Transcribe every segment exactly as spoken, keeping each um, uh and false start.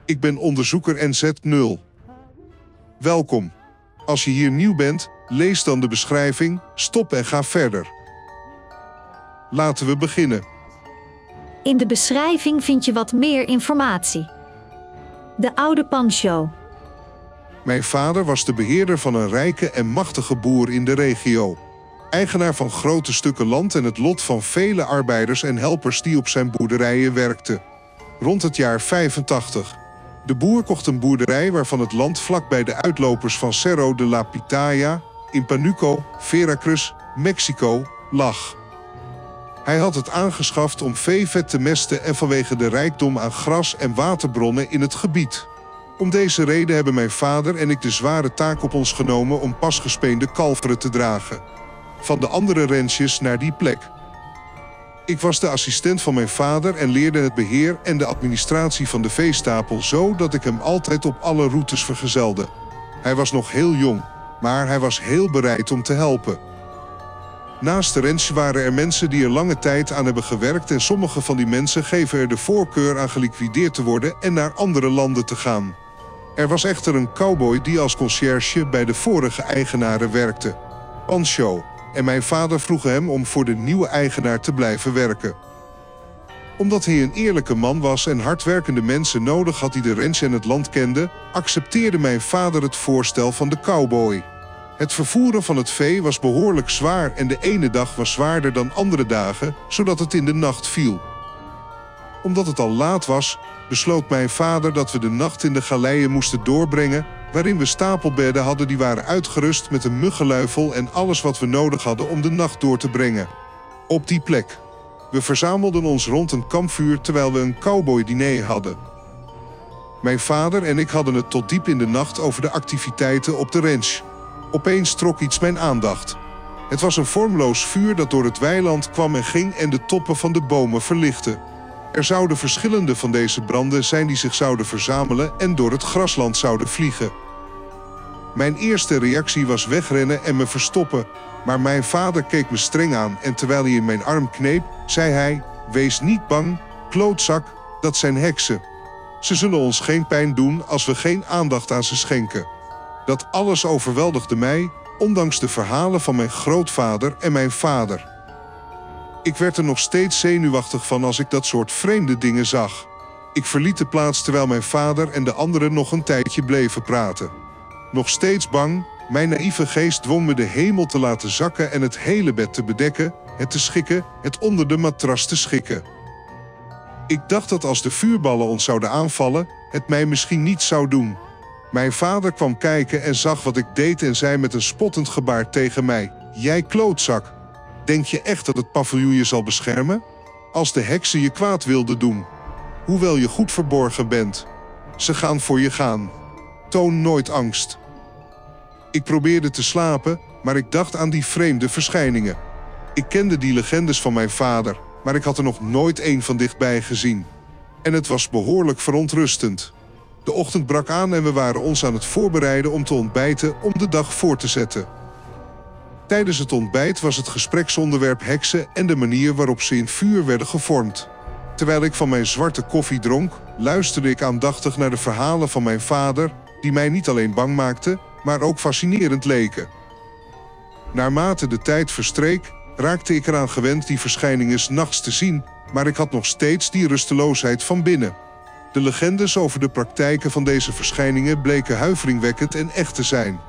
Ik ben onderzoeker N Z nul. Welkom. Als je hier nieuw bent, lees dan de beschrijving, stop en ga verder. Laten we beginnen. In de beschrijving vind je wat meer informatie. De Oude Pancho. Mijn vader was de beheerder van een rijke en machtige boer in de regio. Eigenaar van grote stukken land en het lot van vele arbeiders en helpers die op zijn boerderijen werkten. Rond het jaar vijfentachtig. De boer kocht een boerderij waarvan het land vlak bij de uitlopers van Cerro de la Pitaya, in Panuco, Veracruz, Mexico, lag. Hij had het aangeschaft om veevet te mesten en vanwege de rijkdom aan gras en waterbronnen in het gebied. Om deze reden hebben mijn vader en ik de zware taak op ons genomen om pasgespeende kalveren te dragen. Van de andere ranches naar die plek. Ik was de assistent van mijn vader en leerde het beheer en de administratie van de veestapel zo dat ik hem altijd op alle routes vergezelde. Hij was nog heel jong, maar hij was heel bereid om te helpen. Naast de ranch waren er mensen die er lange tijd aan hebben gewerkt en sommige van die mensen geven er de voorkeur aan geliquideerd te worden en naar andere landen te gaan. Er was echter een cowboy die als conciërge bij de vorige eigenaren werkte, Pancho, en mijn vader vroeg hem om voor de nieuwe eigenaar te blijven werken. Omdat hij een eerlijke man was en hardwerkende mensen nodig had die de ranch en het land kenden, accepteerde mijn vader het voorstel van de cowboy. Het vervoeren van het vee was behoorlijk zwaar en de ene dag was zwaarder dan andere dagen, zodat het in de nacht viel. Omdat het al laat was, besloot mijn vader dat we de nacht in de galeien moesten doorbrengen, waarin we stapelbedden hadden die waren uitgerust met een muggenluifel en alles wat we nodig hadden om de nacht door te brengen. Op die plek. We verzamelden ons rond een kampvuur terwijl we een cowboy-diner hadden. Mijn vader en ik hadden het tot diep in de nacht over de activiteiten op de ranch. Opeens trok iets mijn aandacht. Het was een vormloos vuur dat door het weiland kwam en ging en de toppen van de bomen verlichtte. Er zouden verschillende van deze branden zijn die zich zouden verzamelen en door het grasland zouden vliegen. Mijn eerste reactie was wegrennen en me verstoppen, maar mijn vader keek me streng aan en terwijl hij in mijn arm kneep, zei hij: "Wees niet bang, klootzak, dat zijn heksen. Ze zullen ons geen pijn doen als we geen aandacht aan ze schenken." Dat alles overweldigde mij, ondanks de verhalen van mijn grootvader en mijn vader. Ik werd er nog steeds zenuwachtig van als ik dat soort vreemde dingen zag. Ik verliet de plaats terwijl mijn vader en de anderen nog een tijdje bleven praten. Nog steeds bang, mijn naïeve geest dwong me de hemel te laten zakken en het hele bed te bedekken, het te schikken, het onder de matras te schikken. Ik dacht dat als de vuurballen ons zouden aanvallen, het mij misschien niets zou doen. Mijn vader kwam kijken en zag wat ik deed en zei met een spottend gebaar tegen mij: "Jij klootzak. Denk je echt dat het paviljoen je zal beschermen? Als de heksen je kwaad wilden doen. Hoewel je goed verborgen bent. Ze gaan voor je gaan. Toon nooit angst." Ik probeerde te slapen, maar ik dacht aan die vreemde verschijningen. Ik kende die legendes van mijn vader, maar ik had er nog nooit één van dichtbij gezien. En het was behoorlijk verontrustend. De ochtend brak aan en we waren ons aan het voorbereiden om te ontbijten om de dag voor te zetten. Tijdens het ontbijt was het gespreksonderwerp heksen en de manier waarop ze in vuur werden gevormd. Terwijl ik van mijn zwarte koffie dronk, luisterde ik aandachtig naar de verhalen van mijn vader, die mij niet alleen bang maakten, maar ook fascinerend leken. Naarmate de tijd verstreek, raakte ik eraan gewend die verschijningen 's nachts te zien, maar ik had nog steeds die rusteloosheid van binnen. De legendes over de praktijken van deze verschijningen bleken huiveringwekkend en echt te zijn.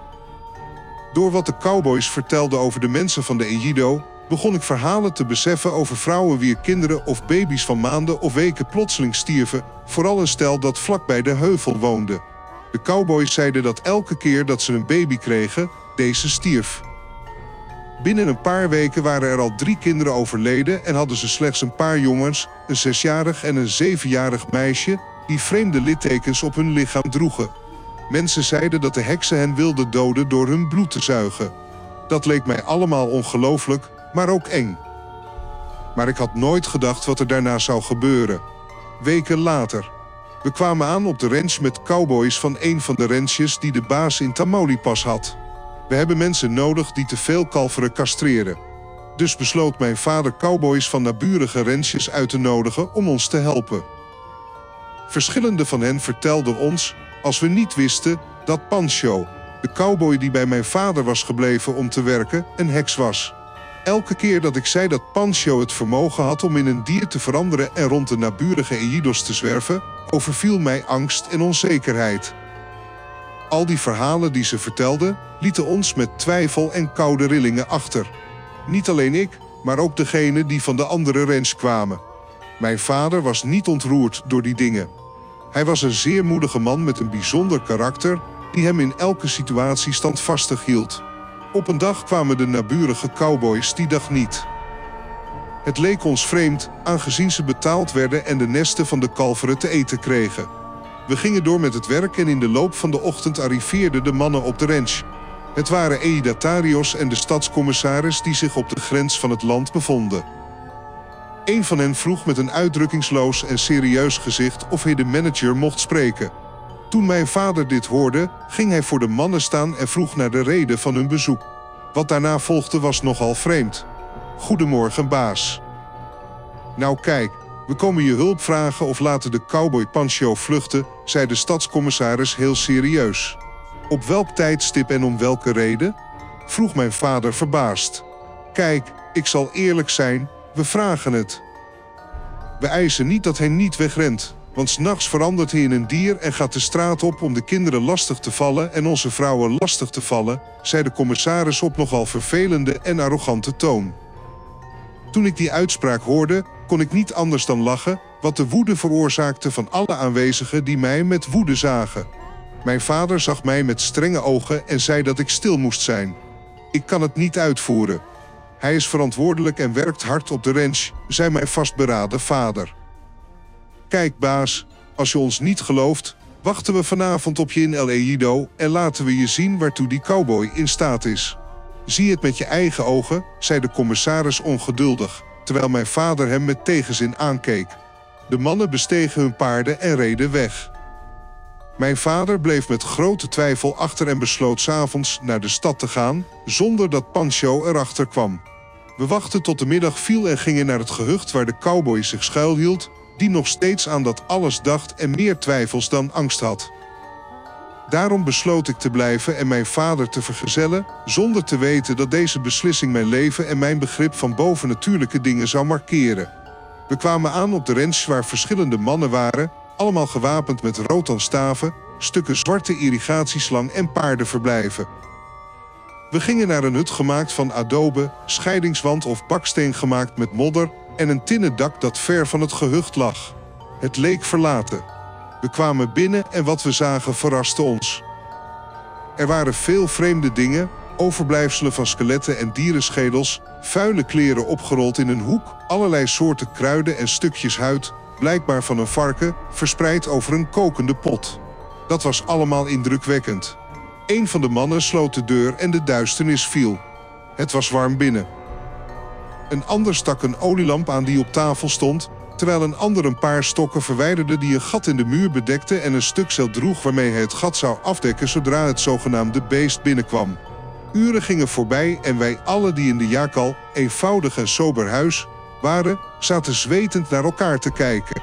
Door wat de cowboys vertelden over de mensen van de Ejido, begon ik verhalen te beseffen over vrouwen wier kinderen of baby's van maanden of weken plotseling stierven, vooral een stel dat vlakbij de heuvel woonde. De cowboys zeiden dat elke keer dat ze een baby kregen, deze stierf. Binnen een paar weken waren er al drie kinderen overleden en hadden ze slechts een paar jongens, een zesjarig en een zevenjarig meisje, die vreemde littekens op hun lichaam droegen. Mensen zeiden dat de heksen hen wilden doden door hun bloed te zuigen. Dat leek mij allemaal ongelooflijk, maar ook eng. Maar ik had nooit gedacht wat er daarna zou gebeuren. Weken later. We kwamen aan op de ranch met cowboys van een van de ranches die de baas in Tamaulipas had. We hebben mensen nodig die te veel kalveren castreren. Dus besloot mijn vader cowboys van naburige ranches uit te nodigen om ons te helpen. Verschillende van hen vertelden ons, als we niet wisten, dat Pancho, de cowboy die bij mijn vader was gebleven om te werken, een heks was. Elke keer dat ik zei dat Pancho het vermogen had om in een dier te veranderen en rond de naburige Ejidos te zwerven, overviel mij angst en onzekerheid. Al die verhalen die ze vertelden, lieten ons met twijfel en koude rillingen achter. Niet alleen ik, maar ook degenen die van de andere ranch kwamen. Mijn vader was niet ontroerd door die dingen. Hij was een zeer moedige man met een bijzonder karakter, die hem in elke situatie standvastig hield. Op een dag kwamen de naburige cowboys die dag niet. Het leek ons vreemd, aangezien ze betaald werden en de nesten van de kalveren te eten kregen. We gingen door met het werk en in de loop van de ochtend arriveerden de mannen op de ranch. Het waren ejidatarios en de stadscommissaris die zich op de grens van het land bevonden. Een van hen vroeg met een uitdrukkingsloos en serieus gezicht of hij de manager mocht spreken. Toen mijn vader dit hoorde, ging hij voor de mannen staan en vroeg naar de reden van hun bezoek. Wat daarna volgde was nogal vreemd. Goedemorgen, baas. Nou kijk, we komen je hulp vragen of laten de cowboy Pancho vluchten, zei de stadscommissaris heel serieus. Op welk tijdstip en om welke reden? Vroeg mijn vader verbaasd. Kijk, ik zal eerlijk zijn, we vragen het. We eisen niet dat hij niet wegrent, want 's nachts verandert hij in een dier en gaat de straat op om de kinderen lastig te vallen en onze vrouwen lastig te vallen, zei de commissaris op nogal vervelende en arrogante toon. Toen ik die uitspraak hoorde, kon ik niet anders dan lachen, wat de woede veroorzaakte van alle aanwezigen die mij met woede zagen. Mijn vader zag mij met strenge ogen en zei dat ik stil moest zijn. Ik kan het niet uitvoeren. Hij is verantwoordelijk en werkt hard op de ranch, zei mijn vastberaden vader. Kijk baas, als je ons niet gelooft, wachten we vanavond op je in El Ejido en laten we je zien waartoe die cowboy in staat is. Zie het met je eigen ogen, zei de commissaris ongeduldig, terwijl mijn vader hem met tegenzin aankeek. De mannen bestegen hun paarden en reden weg. Mijn vader bleef met grote twijfel achter en besloot 's avonds naar de stad te gaan, zonder dat Pancho erachter kwam. We wachten tot de middag viel en gingen naar het gehucht waar de cowboy zich schuilhield, die nog steeds aan dat alles dacht en meer twijfels dan angst had. Daarom besloot ik te blijven en mijn vader te vergezellen, zonder te weten dat deze beslissing mijn leven en mijn begrip van bovennatuurlijke dingen zou markeren. We kwamen aan op de ranch waar verschillende mannen waren, allemaal gewapend met rotanstaven, stukken zwarte irrigatieslang en paardenverblijven. We gingen naar een hut gemaakt van adobe, scheidingswand of baksteen gemaakt met modder en een tinnen dak dat ver van het gehucht lag. Het leek verlaten. We kwamen binnen en wat we zagen verraste ons. Er waren veel vreemde dingen, overblijfselen van skeletten en dierenschedels, vuile kleren opgerold in een hoek, allerlei soorten kruiden en stukjes huid, blijkbaar van een varken, verspreid over een kokende pot. Dat was allemaal indrukwekkend. Een van de mannen sloot de deur en de duisternis viel. Het was warm binnen. Een ander stak een olielamp aan die op tafel stond, terwijl een ander een paar stokken verwijderde die een gat in de muur bedekte en een stuk zeil droeg waarmee hij het gat zou afdekken zodra het zogenaamde beest binnenkwam. Uren gingen voorbij en wij allen die in de Jakal, eenvoudig en sober huis, waren, zaten zwetend naar elkaar te kijken.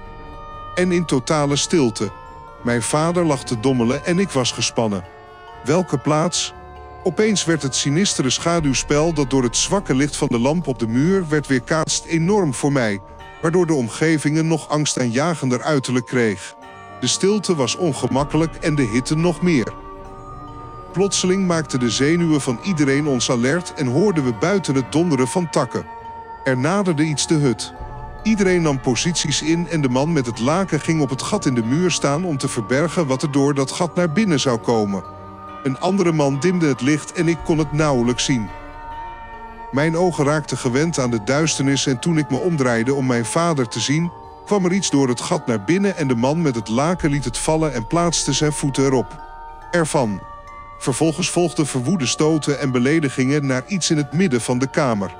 En in totale stilte. Mijn vader lag te dommelen en ik was gespannen. Welke plaats? Opeens werd het sinistere schaduwspel dat door het zwakke licht van de lamp op de muur werd weerkaatst enorm voor mij, waardoor de omgeving een nog angstaanjagender uiterlijk kreeg. De stilte was ongemakkelijk en de hitte nog meer. Plotseling maakten de zenuwen van iedereen ons alert en hoorden we buiten het donderen van takken. Er naderde iets de hut. Iedereen nam posities in en de man met het laken ging op het gat in de muur staan om te verbergen wat er door dat gat naar binnen zou komen. Een andere man dimde het licht en ik kon het nauwelijks zien. Mijn ogen raakten gewend aan de duisternis en toen ik me omdraaide om mijn vader te zien, kwam er iets door het gat naar binnen en de man met het laken liet het vallen en plaatste zijn voeten erop. Ervan. Vervolgens volgden verwoede stoten en beledigingen naar iets in het midden van de kamer.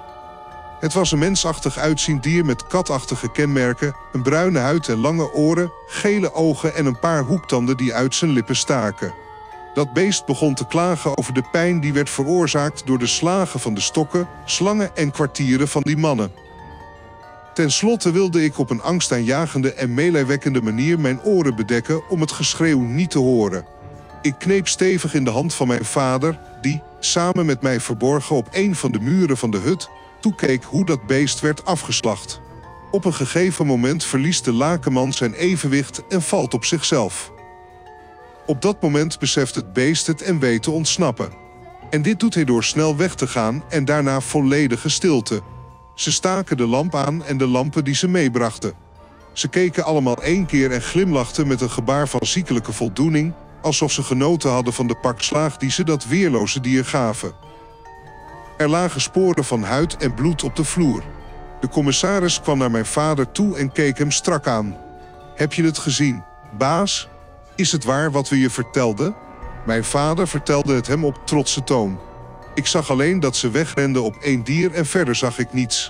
Het was een mensachtig uitziend dier met katachtige kenmerken, een bruine huid en lange oren, gele ogen en een paar hoektanden die uit zijn lippen staken. Dat beest begon te klagen over de pijn die werd veroorzaakt door de slagen van de stokken, slangen en kwartieren van die mannen. Ten slotte wilde ik op een angstaanjagende en meelijwekkende manier mijn oren bedekken om het geschreeuw niet te horen. Ik kneep stevig in de hand van mijn vader, die, samen met mij verborgen op een van de muren van de hut, toekeek hoe dat beest werd afgeslacht. Op een gegeven moment verliest de lakenman zijn evenwicht en valt op zichzelf. Op dat moment beseft het beest het en weet te ontsnappen. En dit doet hij door snel weg te gaan en daarna volledige stilte. Ze staken de lamp aan en de lampen die ze meebrachten. Ze keken allemaal één keer en glimlachten met een gebaar van ziekelijke voldoening, alsof ze genoten hadden van de pak slaag die ze dat weerloze dier gaven. Er lagen sporen van huid en bloed op de vloer. De commissaris kwam naar mijn vader toe en keek hem strak aan. Heb je het gezien, baas? Is het waar wat we je vertelden? Mijn vader vertelde het hem op trotse toon. Ik zag alleen dat ze wegrenden op één dier en verder zag ik niets.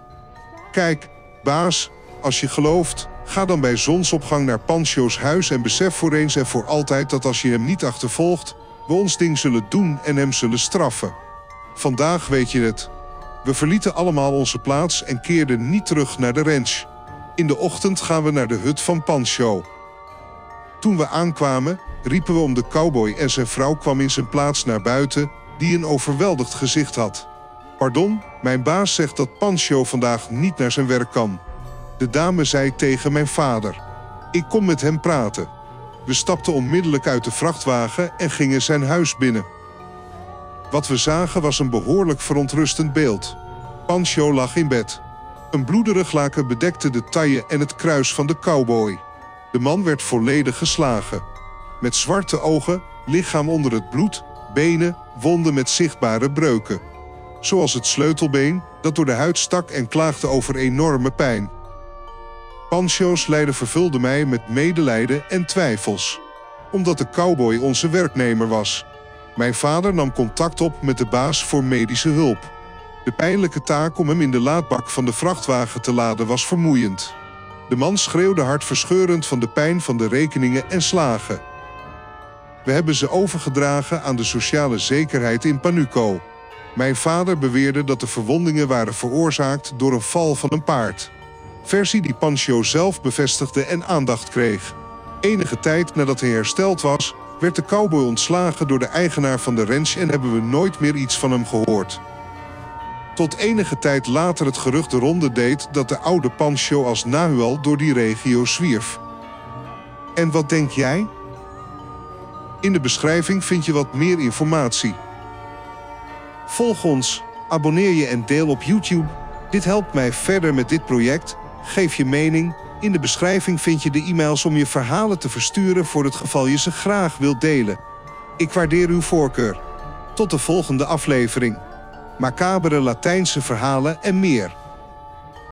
Kijk, baas, als je gelooft, ga dan bij zonsopgang naar Pancho's huis en besef voor eens en voor altijd dat als je hem niet achtervolgt, we ons ding zullen doen en hem zullen straffen. Vandaag weet je het. We verlieten allemaal onze plaats en keerden niet terug naar de ranch. In de ochtend gaan we naar de hut van Pancho. Toen we aankwamen, riepen we om de cowboy en zijn vrouw kwam in zijn plaats naar buiten, die een overweldigd gezicht had. Pardon, mijn baas zegt dat Pancho vandaag niet naar zijn werk kan. De dame zei tegen mijn vader. Ik kom met hem praten. We stapten onmiddellijk uit de vrachtwagen en gingen zijn huis binnen. Wat we zagen was een behoorlijk verontrustend beeld. Pancho lag in bed. Een bloederig laken bedekte de taille en het kruis van de cowboy. De man werd volledig geslagen. Met zwarte ogen, lichaam onder het bloed, benen, wonden met zichtbare breuken. Zoals het sleutelbeen, dat door de huid stak en klaagde over enorme pijn. Pancho's lijden vervulde mij met medelijden en twijfels. Omdat de cowboy onze werknemer was. Mijn vader nam contact op met de baas voor medische hulp. De pijnlijke taak om hem in de laadbak van de vrachtwagen te laden was vermoeiend. De man schreeuwde hartverscheurend van de pijn van de rekeningen en slagen. We hebben ze overgedragen aan de sociale zekerheid in Panuco. Mijn vader beweerde dat de verwondingen waren veroorzaakt door een val van een paard. Versie die Pancho zelf bevestigde en aandacht kreeg. Enige tijd nadat hij hersteld was, werd de cowboy ontslagen door de eigenaar van de ranch en hebben we nooit meer iets van hem gehoord. Tot enige tijd later het gerucht de ronde deed dat de oude Pancho als nahual door die regio zwierf. En wat denk jij? In de beschrijving vind je wat meer informatie. Volg ons, abonneer je en deel op YouTube. Dit helpt mij verder met dit project. Geef je mening. In de beschrijving vind je de e-mails om je verhalen te versturen voor het geval je ze graag wilt delen. Ik waardeer uw voorkeur. Tot de volgende aflevering. Macabere Latijnse verhalen en meer.